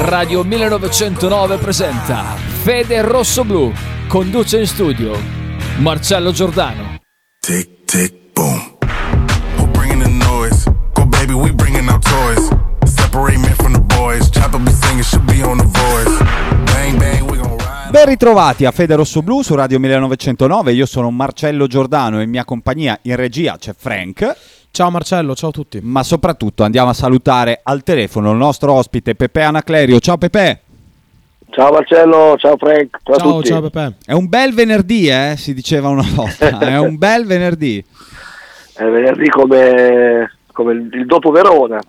Radio 1909 presenta Fede Rossoblu. Conduce in studio Marcello Giordano. Tick, tick, boom. Who bringing the noise? Go baby, we bringing our toys. Separate men from the boys. Chopper be singing, should be on the voice. Bang, bang, we gon' ride. Ben ritrovati a Fede Rossoblu su Radio 1909. Io sono Marcello Giordano e in mia compagnia in regia c'è Frank. Ciao Marcello, ciao a tutti. Ma soprattutto andiamo a salutare al telefono il nostro ospite Pepe Anaclerio. Ciao Pepe. Ciao Marcello, ciao Frank, ciao a tutti. Ciao Pepe. È un bel venerdì, si diceva una volta. È un bel venerdì. È venerdì come il dopo Verona.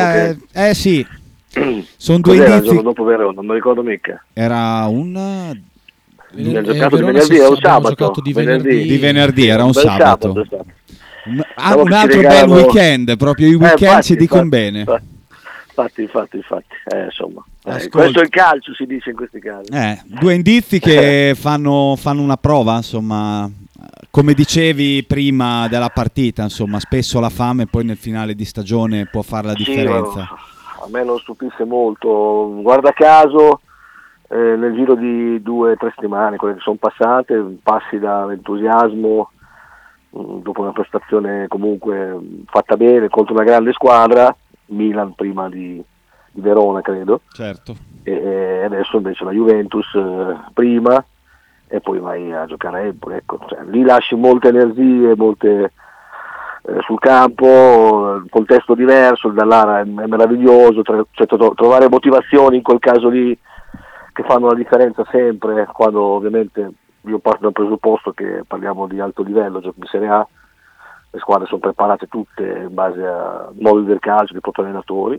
Sì. Sono due Cos'era il indizi. giorno dopo Verona? Non mi ricordo mica. Era un Abbiamo giocato di venerdì, era un sabato. Di venerdì era un bel sabato. è stato. Un Diciamo che altro ci bel regalano- weekend, proprio i weekend infatti, si dicono infatti, bene. Infatti. Insomma. Ascolta. Questo è il calcio, si dice in questi casi. Due indizi che fanno una prova, insomma, come dicevi prima della partita, insomma, spesso la fame poi nel finale di stagione può fare la differenza. Sì, a me non stupisce molto, guarda caso nel giro di 2 o 3 settimane, quelle che sono passate, passi dall'entusiasmo dopo una prestazione comunque fatta bene contro una grande squadra, Milan prima di Verona credo, Certo. e adesso invece la Juventus prima e poi vai a giocare a Empoli, ecco. Lì lasci molte energie, molte sul campo, il contesto diverso, il Dallara è meraviglioso, trovare motivazioni in quel caso lì che fanno la differenza sempre, quando ovviamente io parto dal presupposto che parliamo di alto livello, giochi di Serie A, le squadre sono preparate tutte in base a modo del calcio, dei propri allenatori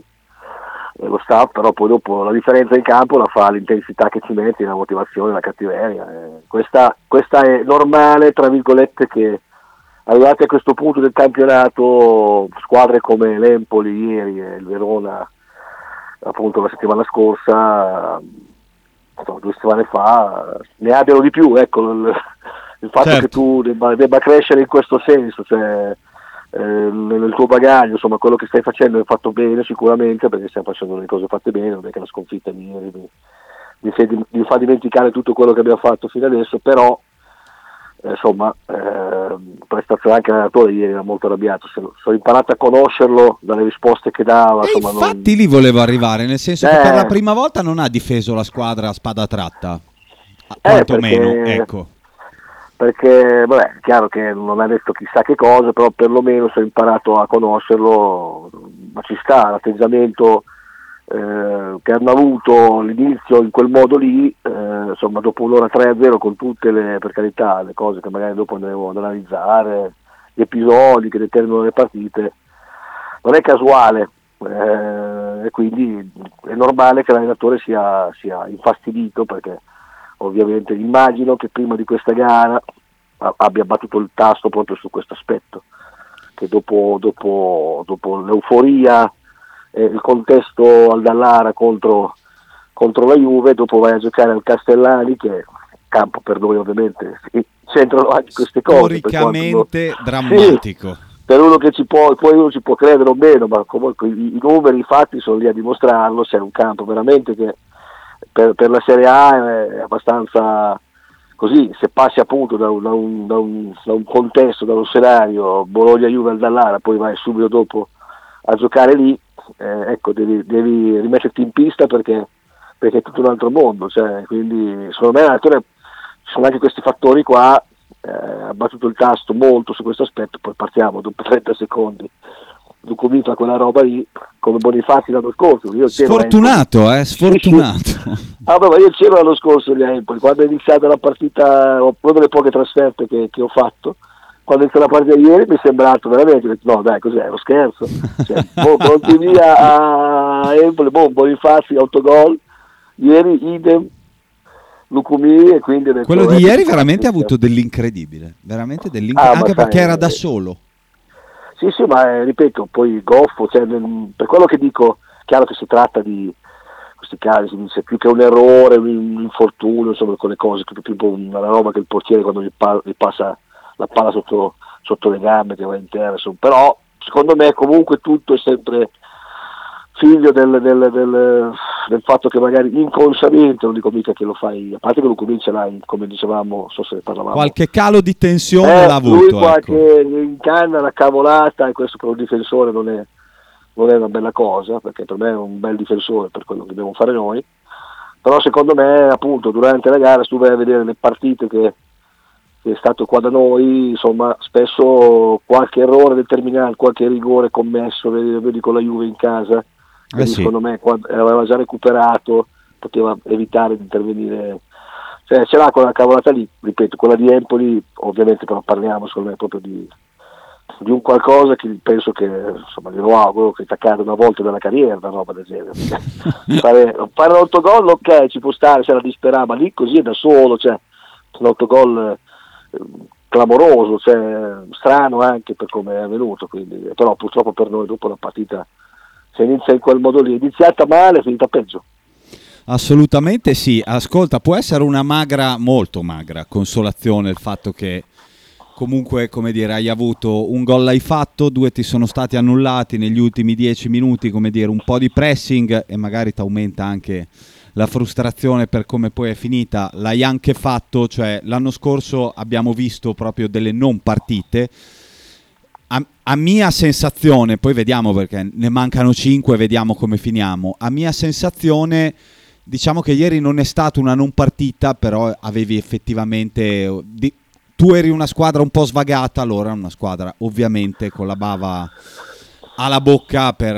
e lo staff, però poi dopo la differenza in campo la fa l'intensità che ci metti, la motivazione, la cattiveria. Questa è normale, tra virgolette, che arrivati a questo punto del campionato squadre come l'Empoli ieri e il Verona appunto la settimana scorsa, 2 settimane fa, ne abbiano di più, ecco, il fatto Certo. che tu debba crescere in questo senso, cioè nel tuo bagaglio, insomma, quello che stai facendo è fatto bene sicuramente, perché stai facendo le cose fatte bene, non è che la sconfitta di ieri mi fa dimenticare tutto quello che abbiamo fatto fino adesso, però insomma, prestazione anche l'allenatore ieri era molto arrabbiato, sono imparato a conoscerlo dalle risposte che dava, insomma, Infatti lì volevo arrivare, nel senso che per la prima volta non ha difeso la squadra a spada tratta, quantomeno, ecco. Perché vabbè, è chiaro che non ha detto chissà che cosa, però perlomeno sono imparato a conoscerlo, ma ci sta l'atteggiamento che hanno avuto all'inizio in quel modo lì, insomma dopo un'ora 3-0 con tutte le, per carità, le cose che magari dopo andremo ad analizzare, gli episodi che determinano le partite, non è casuale, e quindi è normale che l'allenatore sia infastidito, perché ovviamente immagino che prima di questa gara abbia battuto il tasto proprio su questo aspetto, che dopo l'euforia e il contesto al Dallara contro la Juve, dopo vai a giocare al Castellani, che è campo per noi ovviamente c'entrano anche queste cose, Storicamente drammatico. Sì, per uno che poi uno ci può credere o meno, ma comunque i numeri, i fatti sono lì a dimostrarlo. C'è un campo veramente che per la Serie A è abbastanza così, se passi appunto da un contesto, da un scenario Bologna-Juve al Dallara, poi vai subito dopo a giocare lì, ecco, devi rimetterti in pista perché è tutto un altro mondo, cioè, quindi secondo me l'allenatore, ci sono anche questi fattori qua, ha battuto il tasto molto su questo aspetto. Poi partiamo dopo 30 secondi, Lucumi fa quella roba lì come Bonifazzi l'anno scorso. Sfortunato. Ma io c'ero l'anno scorso lì a Empoli, quando è iniziata la partita, una delle poche trasferte che ho fatto, quando è iniziata la partita ieri mi è sembrato veramente, ho detto, no dai, cos'è, lo scherzo, cioè, pronti via a Empoli, Bonifazzi, autogol, ieri idem, Lucumi, e quindi ho detto, quello di ieri veramente ha avuto dell'incredibile, veramente anche perché era da solo. Sì, ma ripeto, poi goffo, cioè, per quello che dico, chiaro che si tratta di questi casi, si dice più che un errore, un infortunio, insomma, con le cose, più una roba che il portiere quando gli passa la palla sotto le gambe che va in terra, insomma. Però secondo me comunque tutto è sempre figlio del fatto che magari inconsciamente, non dico mica che lo fai, a parte che lo comincia l'hai, come dicevamo, non so se ne parlavamo, qualche calo di tensione l'ha avuto, lui ecco. qualche incanna la cavolata, e questo per un difensore non è una bella cosa, perché per me è un bel difensore per quello che dobbiamo fare noi. Però secondo me, appunto, durante la gara, se tu vai a vedere le partite che è stato qua da noi, insomma, spesso qualche errore determinante, qualche rigore commesso, vedi con la Juve in casa, Sì. secondo me quando aveva già recuperato, poteva evitare di intervenire, cioè ce l'ha quella cavolata lì, ripeto, quella di Empoli, ovviamente, però parliamo secondo me proprio di un qualcosa che penso che, insomma, glielo auguro che ti accada una volta nella carriera, una roba del genere. fare un autogol, ok, ci può stare, se la disperava, ma lì così è da solo, cioè un autogol clamoroso, cioè strano anche per come è avvenuto, quindi, però purtroppo per noi dopo la partita, se inizia in quel modo lì, è iniziata male, è finita peggio. Assolutamente sì. Ascolta, può essere una magra, molto magra consolazione il fatto che comunque, come dire, hai avuto un gol, l'hai fatto, 2 ti sono stati annullati negli ultimi 10 minuti, come dire, un po' di pressing e magari ti aumenta anche la frustrazione per come poi è finita, l'hai anche fatto, cioè l'anno scorso abbiamo visto proprio delle non partite. A mia sensazione, poi vediamo perché ne mancano 5, vediamo come finiamo, a mia sensazione diciamo che ieri non è stata una non partita, però avevi effettivamente... tu eri una squadra un po' svagata, allora una squadra ovviamente con la bava alla bocca per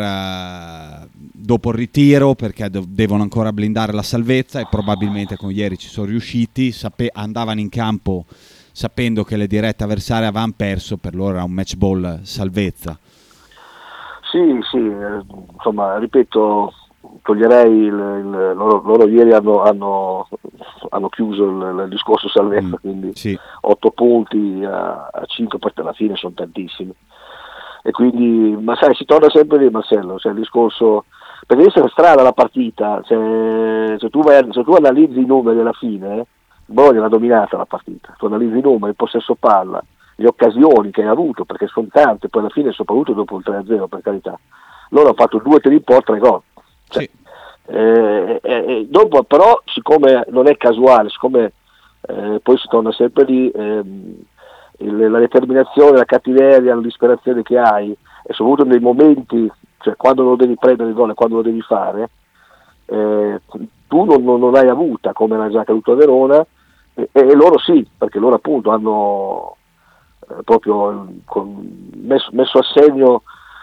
dopo il ritiro, perché devono ancora blindare la salvezza e probabilmente con ieri ci sono riusciti, andavano in campo sapendo che le dirette avversarie avevano perso, per loro era un match ball salvezza. Sì, insomma, ripeto, toglierei loro ieri hanno chiuso il discorso salvezza, quindi sì. 8 punti a 5 perché alla fine sono tantissimi, e quindi, ma sai, si torna sempre lì, Marcello, cioè il discorso, perché adesso è strana la partita, cioè, se tu analizzi i numeri alla fine, Bologna l'ha dominata la partita, tu analizzi i numeri, il possesso palla, le occasioni che hai avuto, perché sono tante, poi alla fine soprattutto dopo il 3-0, per carità, loro hanno fatto 2 tiri in porta, 3 gol. Cioè, sì. Dopo però, siccome non è casuale, siccome poi si torna sempre lì, la determinazione, la cattiveria, la disperazione che hai, e soprattutto nei momenti, cioè quando lo devi prendere il gol e quando lo devi fare, tu non l'hai avuta, come era già accaduto a Verona, e loro sì, perché loro appunto hanno proprio messo a segno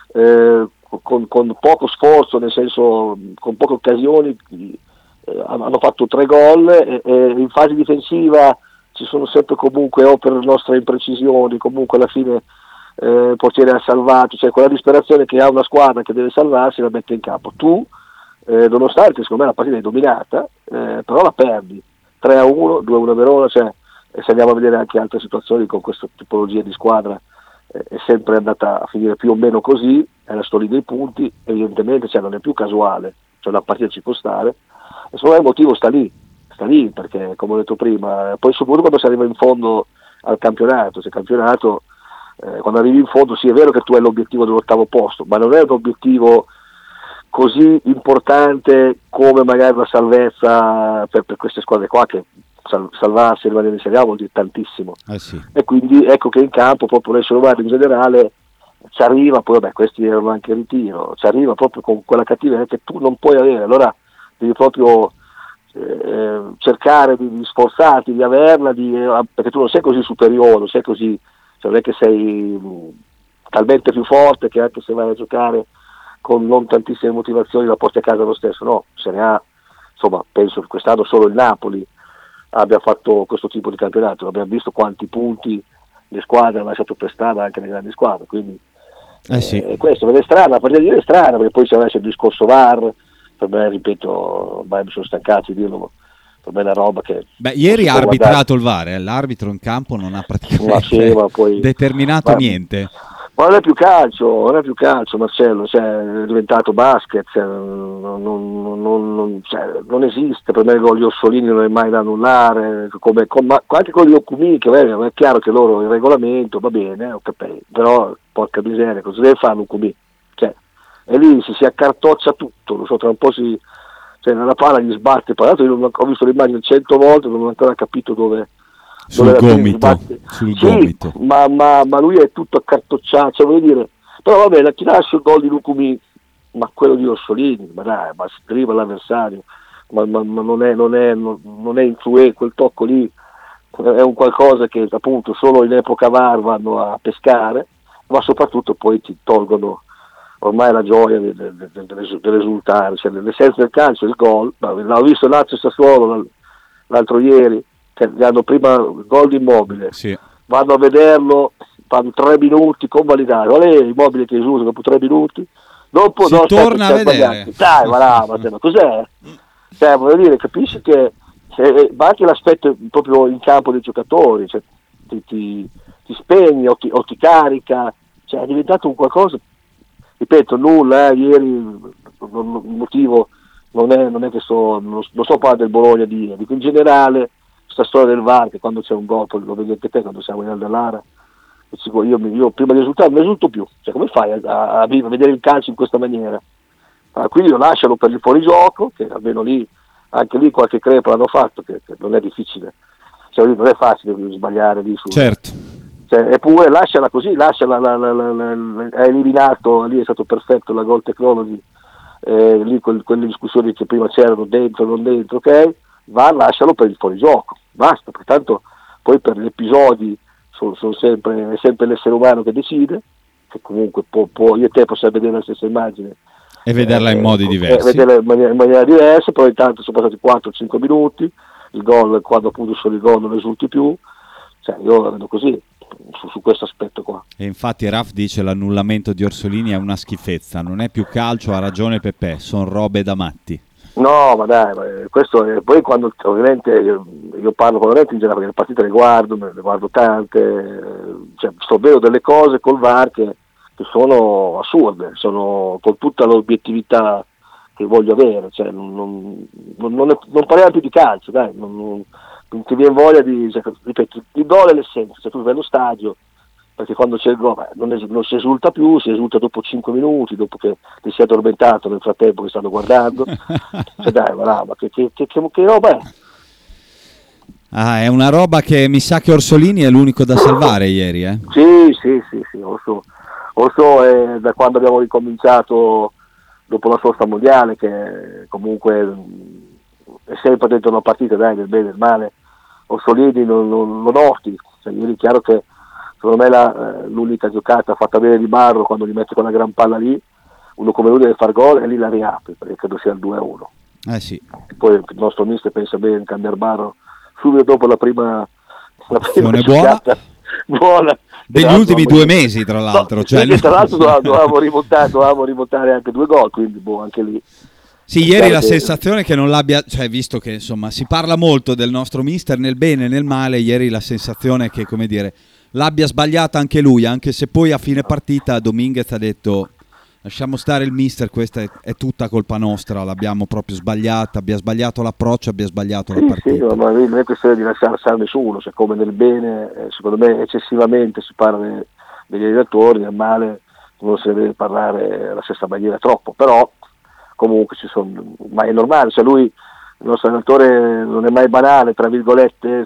con poco sforzo, nel senso con poche occasioni, hanno fatto 3 gol, e in fase difensiva ci sono sempre comunque, o per nostre imprecisioni, comunque alla fine il portiere ha salvato, cioè quella disperazione che ha una squadra che deve salvarsi la mette in campo. Tu, nonostante secondo me la partita è dominata, però la perdi 3-1, 2-1 a Verona, cioè, e se andiamo a vedere anche altre situazioni con questa tipologia di squadra, è sempre andata a finire più o meno così, è la storia dei punti, evidentemente, cioè, non è più casuale, cioè la partita ci può stare, e secondo me il motivo sta lì, perché come ho detto prima, poi soprattutto quando si arriva in fondo al campionato, cioè campionato, quando arrivi in fondo sì è vero che tu hai l'obiettivo dell'8° posto, ma non è un obiettivo così importante come magari la salvezza per queste squadre qua, che salvarsi e rimanere in Serie A vuol dire tantissimo, Sì. E quindi ecco che in campo proprio l'essere umano in generale ci arriva, poi vabbè questi erano anche in ritiro, ci arriva proprio con quella cattiveria che tu non puoi avere, allora devi proprio cercare di sforzarti di averla, perché tu non sei così superiore, non sei così, cioè non è che sei talmente più forte che anche se vai a giocare con non tantissime motivazioni la porti a casa lo stesso, no, se ne ha, insomma, penso che quest'anno solo il Napoli abbia fatto questo tipo di campionato, abbiamo visto quanti punti le squadre hanno lasciato per strada, anche le grandi squadre, quindi sì. questo è strano, la partita di ieri è strana, perché poi c'è il discorso VAR, per me, ripeto, ormai mi sono stancato di dirlo, per me è una roba che... Beh, ieri ha arbitrato il VAR, l'arbitro in campo non ha praticamente determinato niente. Ma non è più calcio, Marcello, cioè, è diventato basket, cioè, non esiste, per me gli Orsolini non è mai da annullare, anche con gli Okumi, che è chiaro che loro il regolamento va bene, okay, però porca miseria, cosa deve fare l'Okumi? Cioè, e lì si accartoccia tutto, lo so, tra un po' si cioè la palla gli sbatte, tra l'altro io ho visto l'immagine 100 volte, non ho ancora capito dove sul gomito, sì, ma lui è tutto accartocciato, cioè, voglio dire, però vabbè, ti lascio il gol di Lucumi, ma quello di Orsolini, ma dai, ma si driva l'avversario, ma non è influente, quel tocco lì è un qualcosa che appunto solo in epoca VAR vanno a pescare, ma soprattutto poi ti tolgono ormai la gioia dell'esultare, cioè l'essenza del calcio, il gol. L'ho visto Lazio Sassuolo l'altro ieri, cioè, hanno prima il gol di Immobile, sì. Vanno a vederlo, fanno 3 minuti convalidato, Immobile che esulta dopo 3 minuti, dopo si torna a vedere, dai, ma cos'è? Cioè, voglio dire, capisci che ma anche l'aspetto proprio in campo dei giocatori, cioè, ti spegne o ti carica, cioè è diventato un qualcosa, ripeto, nulla, ieri il motivo non è che non sto parlando del Bologna, dico in generale questa storia del VAR, che quando c'è un gol, lo vedete te quando siamo in Aldalara, io prima di esultare non esulto più, cioè come fai a vedere il calcio in questa maniera? Quindi lo lasciano per il fuorigioco, che almeno lì, anche lì qualche crepa l'hanno fatto, che non è difficile, cioè non è facile sbagliare lì su, certo, cioè, eppure lasciala così, è eliminato, lì è stato perfetto la goal technology, lì quelle discussioni che prima c'erano dentro non dentro, ok, lascialo per il fuorigioco, basta, perché tanto poi per gli episodi è sempre l'essere umano che decide, che comunque io e te possiamo vedere la stessa immagine e vederla in modi diversi, vederla in maniera diversa, però intanto sono passati 4-5 minuti, il gol, quando appunto sono il gol non esulti più, cioè io la vedo così su questo aspetto qua. E infatti Raf dice l'annullamento di Orsolini è una schifezza, non è più calcio, ha ragione Pepe, sono robe da matti. No, ma dai, questo è, poi quando ovviamente io parlo veramente in generale, perché le partite le guardo tante, cioè vedo delle cose col VAR che sono assurde, sono con tutta l'obiettività che voglio avere, cioè non parliamo più di calcio, dai, non ti viene voglia ripeto, il gol è l'essenza, cioè tu vai allo stadio, perché quando c'è il gol non si esulta più, si esulta dopo 5 minuti, dopo che ti sei addormentato nel frattempo che stanno guardando, cioè dai, ma che roba è? È una roba che mi sa che Orsolini è l'unico da salvare ieri, eh? Sì, Orso è da quando abbiamo ricominciato dopo la sosta mondiale, che comunque è sempre dentro una partita, dai, del bene e del male, Orsolini non lo noti, cioè, ieri è chiaro che secondo me l'unica giocata fatta bene di Barro, quando gli mette quella gran palla lì, uno come lui deve far gol e lì la riapre, perché credo sia il 2-1. Sì. E poi il nostro mister pensa bene di cambiare Barro subito dopo la prima giocata buona degli ultimi 2 mesi, tra l'altro. No, cioè, tra l'altro dovevamo rimontare anche 2 gol, quindi anche lì. Sì, ieri la sensazione che non l'abbia, cioè visto che insomma si parla molto del nostro mister nel bene e nel male, ieri la sensazione è che, come dire, l'abbia sbagliata anche lui, anche se poi a fine partita Dominguez ha detto lasciamo stare il mister, questa è tutta colpa nostra, l'abbiamo proprio sbagliata, abbia sbagliato l'approccio, abbia sbagliato la partita. Sì, ma non è questione di lasciare stare nessuno, cioè come nel bene, secondo me eccessivamente si parla degli allenatori, nel male non si deve parlare la stessa maniera troppo, però comunque ma è normale, cioè lui, il nostro allenatore non è mai banale, tra virgolette,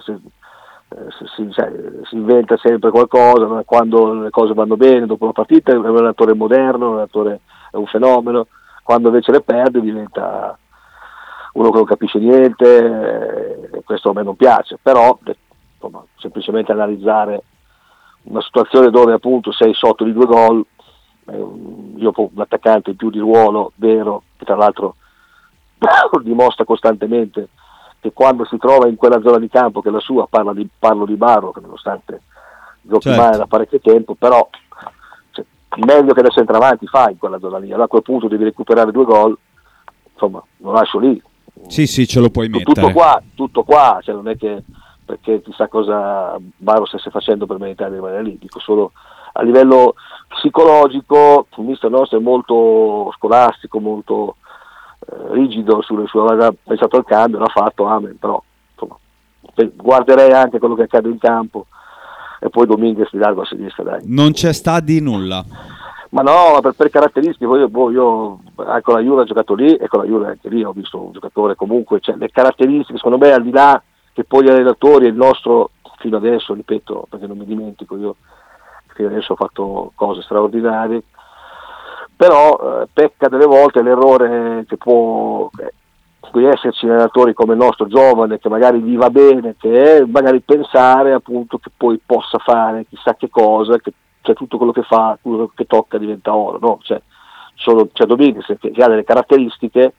si inventa sempre qualcosa, quando le cose vanno bene dopo la partita è un allenatore moderno, un allenatore è un fenomeno, quando invece le perde diventa uno che non capisce niente, e questo a me non piace, però insomma, semplicemente analizzare una situazione dove appunto sei sotto di 2 gol, io un attaccante in più di ruolo vero, che tra l'altro dimostra costantemente che quando si trova in quella zona di campo che è la sua, parlo di Barro, che nonostante giochi male da parecchio tempo, però meglio che da centravanti fai in quella zona lì, allora a quel punto devi recuperare 2 gol, insomma lo lascio lì. Sì, ce lo puoi mettere. Tutto qua, cioè non è che perché chissà cosa Barro stesse facendo per meritare di rimanere lì, dico solo a livello psicologico, il mister nostro è molto scolastico, molto rigido sulle sue, aveva pensato al cambio, l'ha fatto, amen, però insomma, guarderei anche quello che accade in campo e poi Dominguez di largo a sinistra, dai. Non c'è sta di nulla. Ma no, per caratteristiche, io con la Juve ho giocato lì e con la Juve anche lì ho visto un giocatore comunque, cioè le caratteristiche secondo me al di là che poi gli allenatori e il nostro fino adesso, ripeto, perché non mi dimentico, io fino adesso ho fatto cose straordinarie, però pecca delle volte l'errore che può esserci in allenatori come il nostro giovane, che magari gli va bene, che è magari pensare appunto che poi possa fare chissà che cosa, che cioè tutto quello che fa, quello che tocca diventa oro, no? C'è Dominguez che ha delle caratteristiche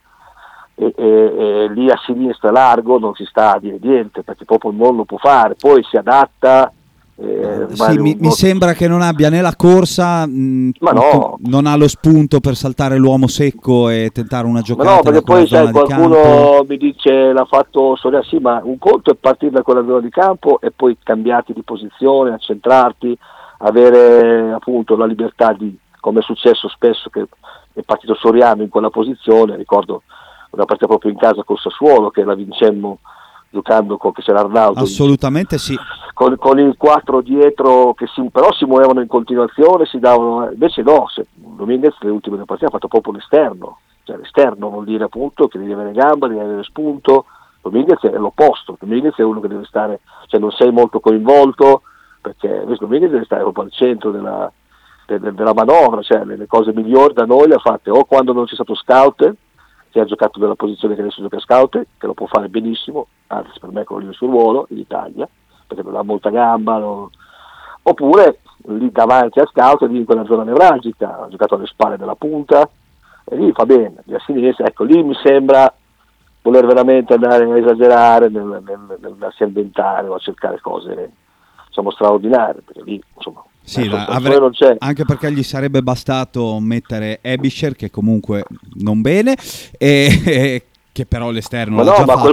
e lì a sinistra largo non si sta a dire niente, perché proprio non lo può fare, poi si adatta. Sì, mi sembra che non abbia né la corsa, ma no, non ha lo spunto per saltare l'uomo secco e tentare una giocata. Ma no, perché da quella poi zona sai, di qualcuno campo. mi dice l'ha fatto Soria, sì, ma un conto è partire da quella zona di campo e poi cambiarti di posizione, accentrarti, avere appunto la libertà di, come è successo spesso che è partito Soriano in quella posizione, ricordo una partita proprio in casa col Sassuolo che la vincemmo giocando che c'era Arnautovic. Assolutamente sì. Con il 4 dietro che però si muovevano in continuazione, si davano, invece no, Dominguez le ultime due partite ha fatto proprio l'esterno, cioè l'esterno vuol dire appunto che devi avere gamba, devi avere spunto. Dominguez è l'opposto, Dominguez è uno che deve stare, cioè non sei molto coinvolto, perché Dominguez deve stare proprio al centro della manovra, cioè le cose migliori da noi le ha fatte o quando non c'è stato scout, che ha giocato nella posizione che adesso gioca scout, che lo può fare benissimo, anzi per me quello lì è il suo ruolo in Italia, perché non ha molta gamba, oppure lì davanti a scout, lì in quella zona nevralgica, ha giocato alle spalle della punta, e lì fa bene, lì a sinistra, ecco, lì mi sembra voler veramente andare a esagerare nel inventare o a cercare cose, diciamo, straordinarie, perché lì, insomma, sì, non c'è. Anche perché gli sarebbe bastato mettere Ebischer, che comunque non bene, e che però l'esterno ma l'ha no, già ma fatto.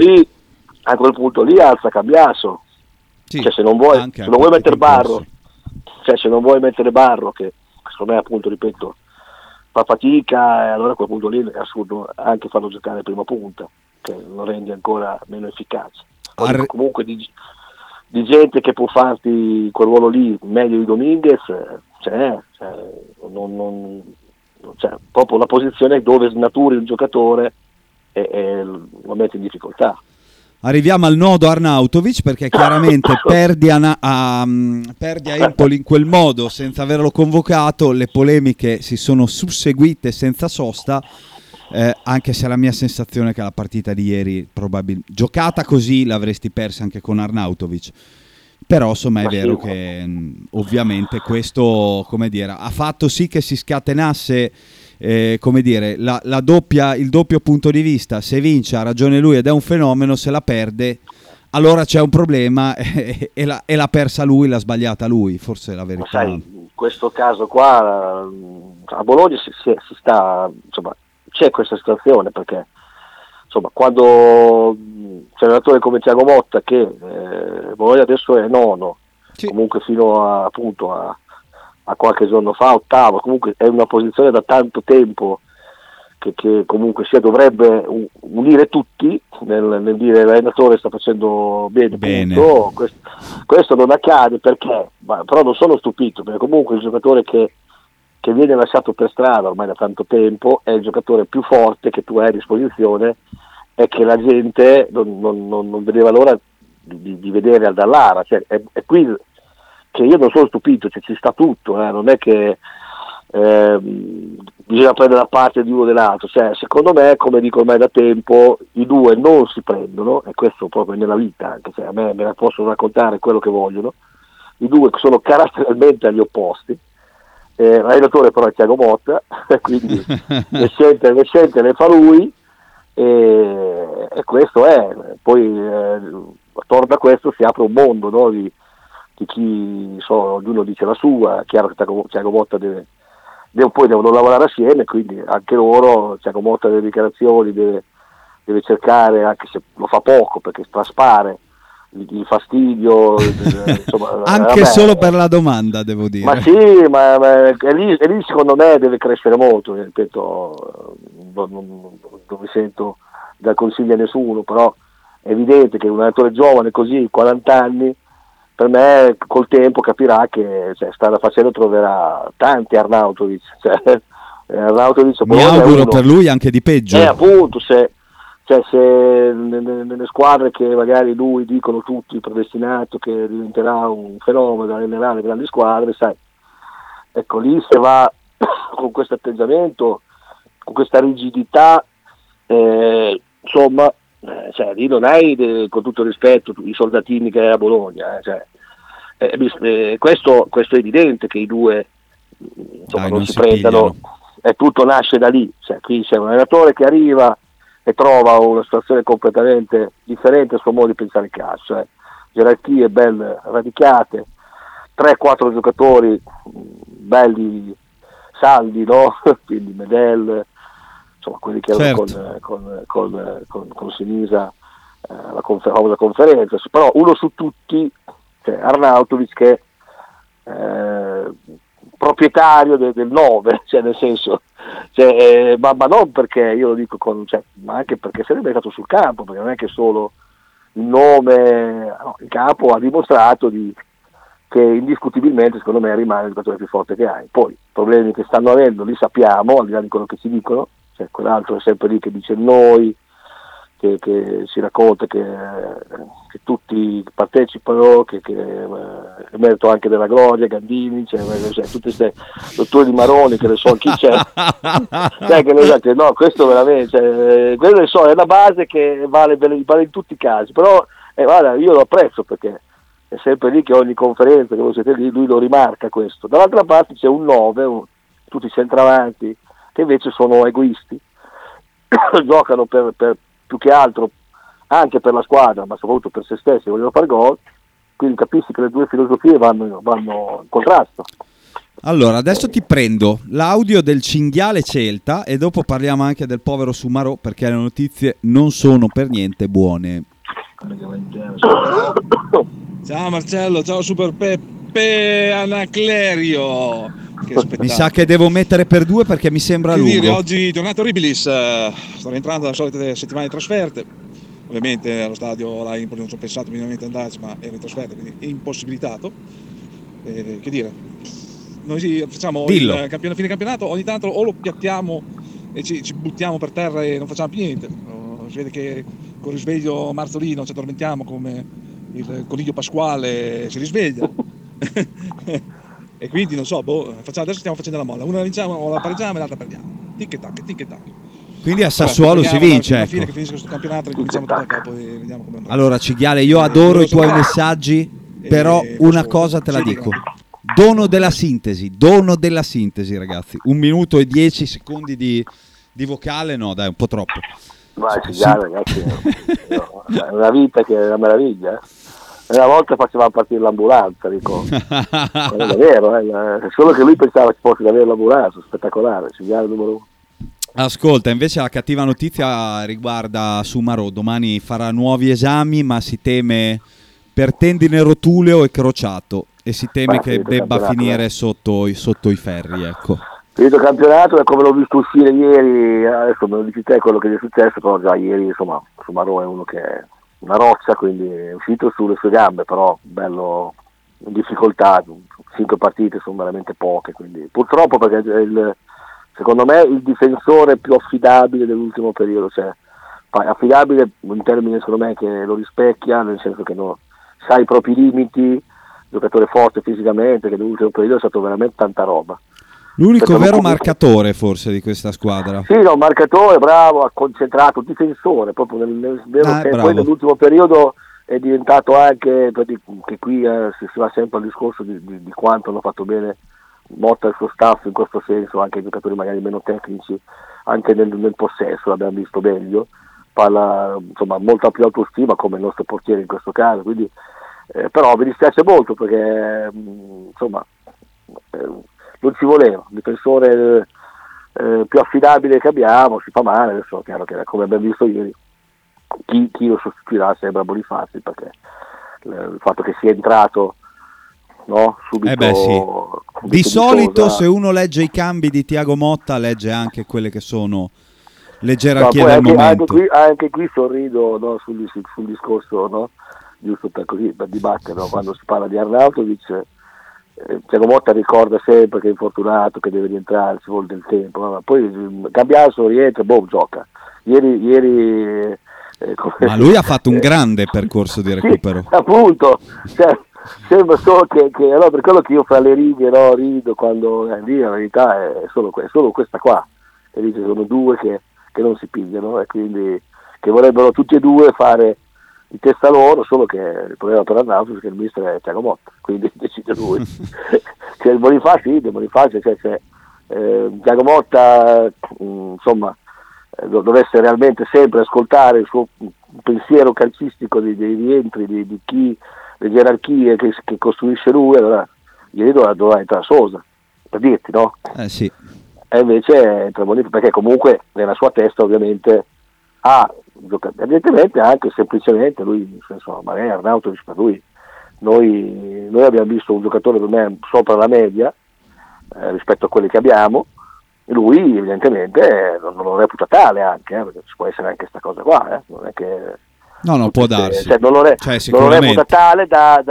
A quel punto lì alza Cambiaso. Sì, cioè se non vuoi mettere Barro, cioè se non vuoi mettere Barro, che secondo me appunto, ripeto, fa fatica, e allora a quel punto lì è assurdo anche farlo giocare in prima punta, che lo rende ancora meno efficace. Comunque di gente che può farti quel ruolo lì meglio di Dominguez, proprio la posizione dove snaturi il giocatore e lo metti in difficoltà. Arriviamo al nodo Arnautovic, perché chiaramente perdi a Empoli in quel modo senza averlo convocato, le polemiche si sono susseguite senza sosta, anche se la mia sensazione è che la partita di ieri probabilmente giocata così l'avresti persa anche con Arnautovic, però insomma è vero che ovviamente questo, come dire, ha fatto sì che si scatenasse come dire, il doppio punto di vista. Se vince ha ragione lui ed è un fenomeno, se la perde allora c'è un problema e l'ha persa lui, l'ha sbagliata lui, forse è la verità. Ma sai, in questo caso qua a Bologna si sta, insomma, c'è questa situazione, perché insomma quando c'è un allenatore come Thiago Motta che Bologna adesso è nono, sì, comunque fino a qualche giorno fa ottavo, comunque è una posizione da tanto tempo che comunque dovrebbe unire tutti nel dire l'allenatore sta facendo bene. Punto. Questo non accade perché, però non sono stupito, perché comunque il giocatore che viene lasciato per strada ormai da tanto tempo è il giocatore più forte che tu hai a disposizione e che la gente non vedeva l'ora di vedere al Dallara, cioè è qui che io non sono stupito, cioè ci sta tutto, non è che bisogna prendere la parte di uno o dell'altro, cioè secondo me, come dico ormai da tempo, i due non si prendono, e questo proprio nella vita, anche se a me la possono raccontare quello che vogliono, i due sono caratterialmente agli opposti, l'allenatore però è Thiago Motta, quindi le scelte le fa lui, e questo è, poi attorno a questo si apre un mondo, no, di chi ognuno dice la sua. È chiaro che Thiago Motta poi devono lavorare assieme, quindi anche loro, Thiago Motta delle dichiarazioni deve cercare, anche se lo fa poco perché traspare il fastidio insomma, anche solo per la domanda, devo dire. Ma sì, ma è lì secondo me deve crescere molto, ripeto, non mi sento da consiglio a nessuno, però è evidente che un allenatore giovane così, 40 anni, per me col tempo capirà che strada facendo troverà tanti Arnautovic, Arnautovic Mi auguro per lui anche di peggio. Appunto, se nelle squadre che magari lui dicono tutti predestinato che diventerà un fenomeno, allenerà le grandi squadre, sai, ecco lì se va con questo atteggiamento, con questa rigidità, insomma, lì non hai, con tutto il rispetto, i soldatini che hai a Bologna, questo è evidente che i due non si prendano, tutto nasce da lì, qui c'è un allenatore che arriva e trova una situazione completamente differente al suo modo di pensare il calcio, gerarchie ben radicate, 3-4 giocatori belli saldi, no? Quindi Medel, insomma quelli che erano con Sinisa la famosa conferenza, però uno su tutti, Arnautovic, che è proprietario del 9, nel senso, ma non perché io lo dico ma anche perché sarebbe stato sul campo, perché non è che solo il nome, il campo ha dimostrato che indiscutibilmente secondo me rimane il giocatore più forte che hai. Poi i problemi che stanno avendo li sappiamo, al di là di quello che ci dicono, quell'altro è sempre lì che dice noi, che si racconta che tutti partecipano, che è merito anche della Gloria, Gandini, tutte queste dottori di Maroni che ne so chi c'è, no, questo veramente, quello è una base che vale in tutti i casi, però guarda, io lo apprezzo perché è sempre lì che ogni conferenza che voi siete lì, lui lo rimarca questo. Dall'altra parte c'è un 9, tutti i centravanti che invece sono egoisti, giocano per più che altro anche per la squadra, ma soprattutto per se stessi, vogliono fare gol, quindi capisci che le due filosofie vanno in contrasto. Allora, adesso ti prendo l'audio del cinghiale Celta e dopo parliamo anche del povero Sumarò, perché le notizie non sono per niente buone. Ciao Marcello, ciao Super Peppe Anaclerio. Mi sa che devo mettere per 2 perché mi sembra lungo. Oggi giornata orribilis, sto rientrando dalle solite settimane di trasferte, ovviamente allo stadio non ci ho pensato minimamente di andarci, ma ero in trasferta, quindi impossibilitato. Che dire, noi facciamo il fine campionato, ogni tanto o lo piattiamo e ci buttiamo per terra e non facciamo più niente, si vede che con il risveglio marzolino ci addormentiamo come il coniglio pasquale si risveglia. E quindi non so, adesso stiamo facendo la molla, una la vinciamo o la pareggiamo e l'altra perdiamo, tic e tac. Quindi a Sassuolo si vince, alla fine che finisce questo campionato ricominciamo tutto da capo e vediamo come andrà. Allora Cinghiale, io adoro i tuoi messaggi, però una cosa te la dico: dono della sintesi ragazzi, 1 minuto e 10 secondi di vocale, no dai, un po' troppo. Ma Cinghiale, ragazzi, è una vita che è una meraviglia. Una volta faceva partire l'ambulanza, dico. È davvero, solo che lui pensava ci fosse davvero l'ambulanza, spettacolare, Cinghiale numero 1. Ascolta, invece la cattiva notizia riguarda Sumarò, domani farà nuovi esami, ma si teme per tendine rotuleo e crociato e si teme che debba finire sotto i ferri, ecco. Finito il campionato, è come l'ho visto uscire ieri, adesso me lo dici te quello che gli è successo, però già ieri insomma Sumarò è uno che è una roccia, quindi è uscito sulle sue gambe, però bello in difficoltà, 5 partite sono veramente poche, quindi purtroppo, perché secondo me il difensore più affidabile dell'ultimo periodo, affidabile in termini secondo me che lo rispecchia, nel senso che sa i propri limiti, giocatore forte fisicamente, che nell'ultimo periodo è stato veramente tanta roba. L'unico vero marcatore forse di questa squadra. Sì, no, marcatore, bravo, concentrato, difensore, proprio nel vero che poi nell'ultimo periodo è diventato anche, perché qui si va sempre al discorso di quanto hanno fatto bene Motta e il suo staff in questo senso, anche i giocatori magari meno tecnici, anche nel possesso l'abbiamo visto meglio, parla insomma molta più autostima come il nostro portiere in questo caso, quindi però mi dispiace molto perché insomma non ci voleva, il difensore più affidabile che abbiamo, si fa male, adesso è chiaro che come abbiamo visto ieri chi lo sostituirà sembra Bonifazi, perché il fatto che sia entrato subito, sì. Di solito se uno legge i cambi di Thiago Motta legge anche quelle che sono le gerarchie del momento. Anche qui sorrido sul discorso giusto per così, per dibattere, no? Quando si parla di Arnautovic, Thiago Motta ricorda sempre che è infortunato, che deve rientrare, ci vuole del tempo, no? Ma poi Cambiaso rientra, gioca. Ieri ma lui ha fatto un grande percorso di recupero. Sì, appunto, cioè, sembra solo che allora, per quello che io fra le righe, no, rido quando lì la verità è solo questa qua, e dice sono due che non si pigliano, e quindi che vorrebbero tutti e due fare di testa loro, solo che il problema per Arnautovic è che il mister è Thiago Motta, quindi decide lui. Cioè il Bonifacio, Thiago Motta insomma dovesse realmente sempre ascoltare il suo pensiero calcistico dei rientri di chi, le gerarchie che costruisce lui, allora ieri doveva entrare Sosa, per dirti, no? Sì. E invece entra Bonifacio, perché comunque nella sua testa ovviamente evidentemente anche semplicemente lui, nel senso, magari Arnautovic per lui, noi abbiamo visto un giocatore per me sopra la media rispetto a quelli che abbiamo, e lui evidentemente non lo reputa tale anche, perché ci può essere anche questa cosa qua, non è che no può darsi, cioè, non lo reputa tale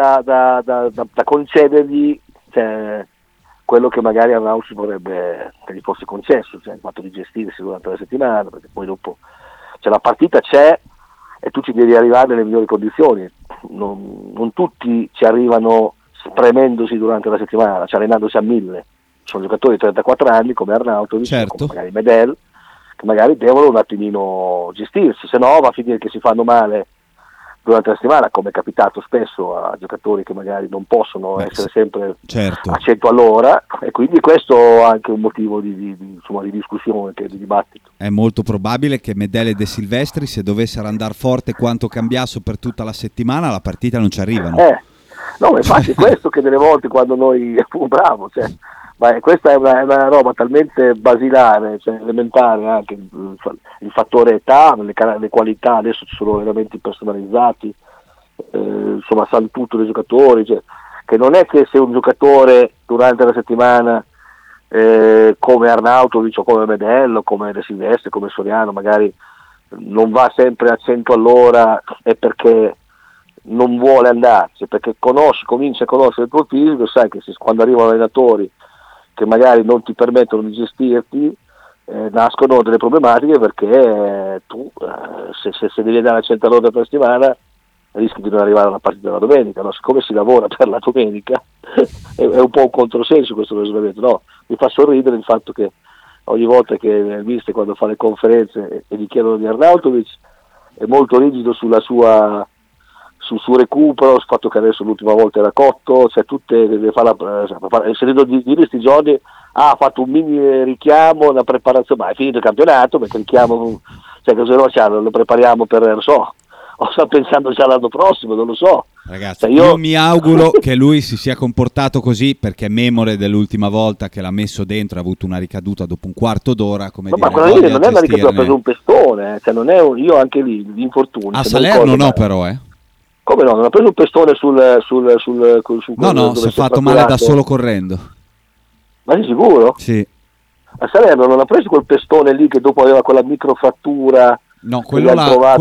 da concedergli, cioè, quello che magari Arnautovic vorrebbe che gli fosse concesso, cioè il fatto di gestirsi durante la settimana, perché poi dopo la partita c'è e tu ci devi arrivare nelle migliori condizioni, non tutti ci arrivano spremendosi durante la settimana, cioè allenandosi a 1000, sono giocatori di 34 anni come Arnautovic, certo, come magari Medel, che magari devono un attimino gestirsi, se no va a finire che si fanno male durante la settimana, come è capitato spesso a giocatori che magari non possono essere sempre certo, a 100 all'ora, e quindi questo è anche un motivo di discussione, di dibattito. È molto probabile che Medel e De Silvestri, se dovessero andare forte quanto Cambiasso per tutta la settimana, la partita non ci arrivano. No, infatti è questo che delle volte quando noi bravo, cioè, ma questa è una roba talmente basilare, cioè elementare, anche il fattore età, le qualità, adesso ci sono elementi personalizzati, insomma sanno tutto dei giocatori, cioè, che non è che se un giocatore durante la settimana come Arnautovic o come Medello, come De Silvestri, come Soriano magari non va sempre a 100 all'ora, è perché non vuole andarci, perché comincia a conoscere il tuo fisico, sai che quando arrivano allenatori che magari non ti permettono di gestirti, nascono delle problematiche, perché tu se devi andare a 100 all'ora per settimana rischi di non arrivare alla partita della domenica, no? Siccome si lavora per la domenica è un po' un controsenso questo ragionamento, no? Mi fa sorridere il fatto che ogni volta che il mister, quando fa le conferenze e gli chiedono di Arnautovic, è molto rigido sul suo recupero, sul fatto che adesso l'ultima volta era cotto, cioè tutte deve fare ho sentito dire questi giorni ha fatto un mini richiamo, una preparazione, ma è finito il campionato, perché richiamo, cioè cosa lo prepariamo per, non so, o sta pensando già l'anno prossimo, non lo so. Ragazzi, cioè io mi auguro che lui si sia comportato così, perché è memore dell'ultima volta che l'ha messo dentro, ha avuto una ricaduta dopo un quarto d'ora, come dire, ma quella lì non è una ricaduta, ha preso un pestone, cioè non è io anche lì gli infortuni a Salerno no, però come no, non ha preso un pestone sul no, si è fatto male da solo correndo. Ma sei sicuro? Sì. A Salerno non ha preso quel pestone lì che dopo aveva quella microfrattura? No, quello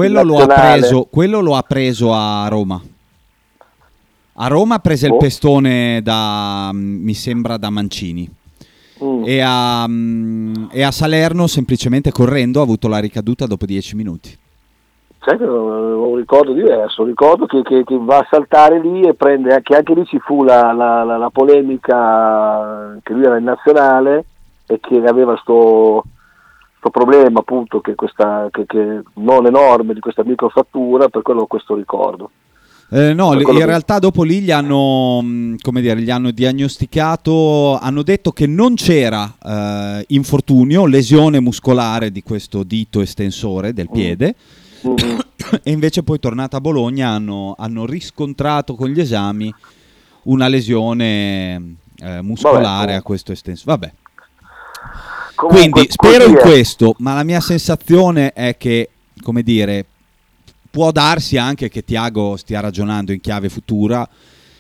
lo ha preso a Roma. A Roma ha preso il pestone mi sembra da Mancini. E a Salerno semplicemente correndo ha avuto la ricaduta dopo 10 minuti. Sai che ho un ricordo diverso, ricordo che va a saltare lì e prende, che anche lì ci fu la polemica, che lui era in nazionale e che aveva sto problema appunto che non enorme di questa microfrattura, per quello ho questo ricordo. No, in realtà dopo lì gli hanno diagnosticato, hanno detto che non c'era infortunio, lesione muscolare di questo dito estensore del piede. E invece poi tornata a Bologna hanno riscontrato con gli esami una lesione muscolare a questo estensore. Vabbè. Comunque, quindi spero in questo, ma la mia sensazione è che, come dire, può darsi anche che Thiago stia ragionando in chiave futura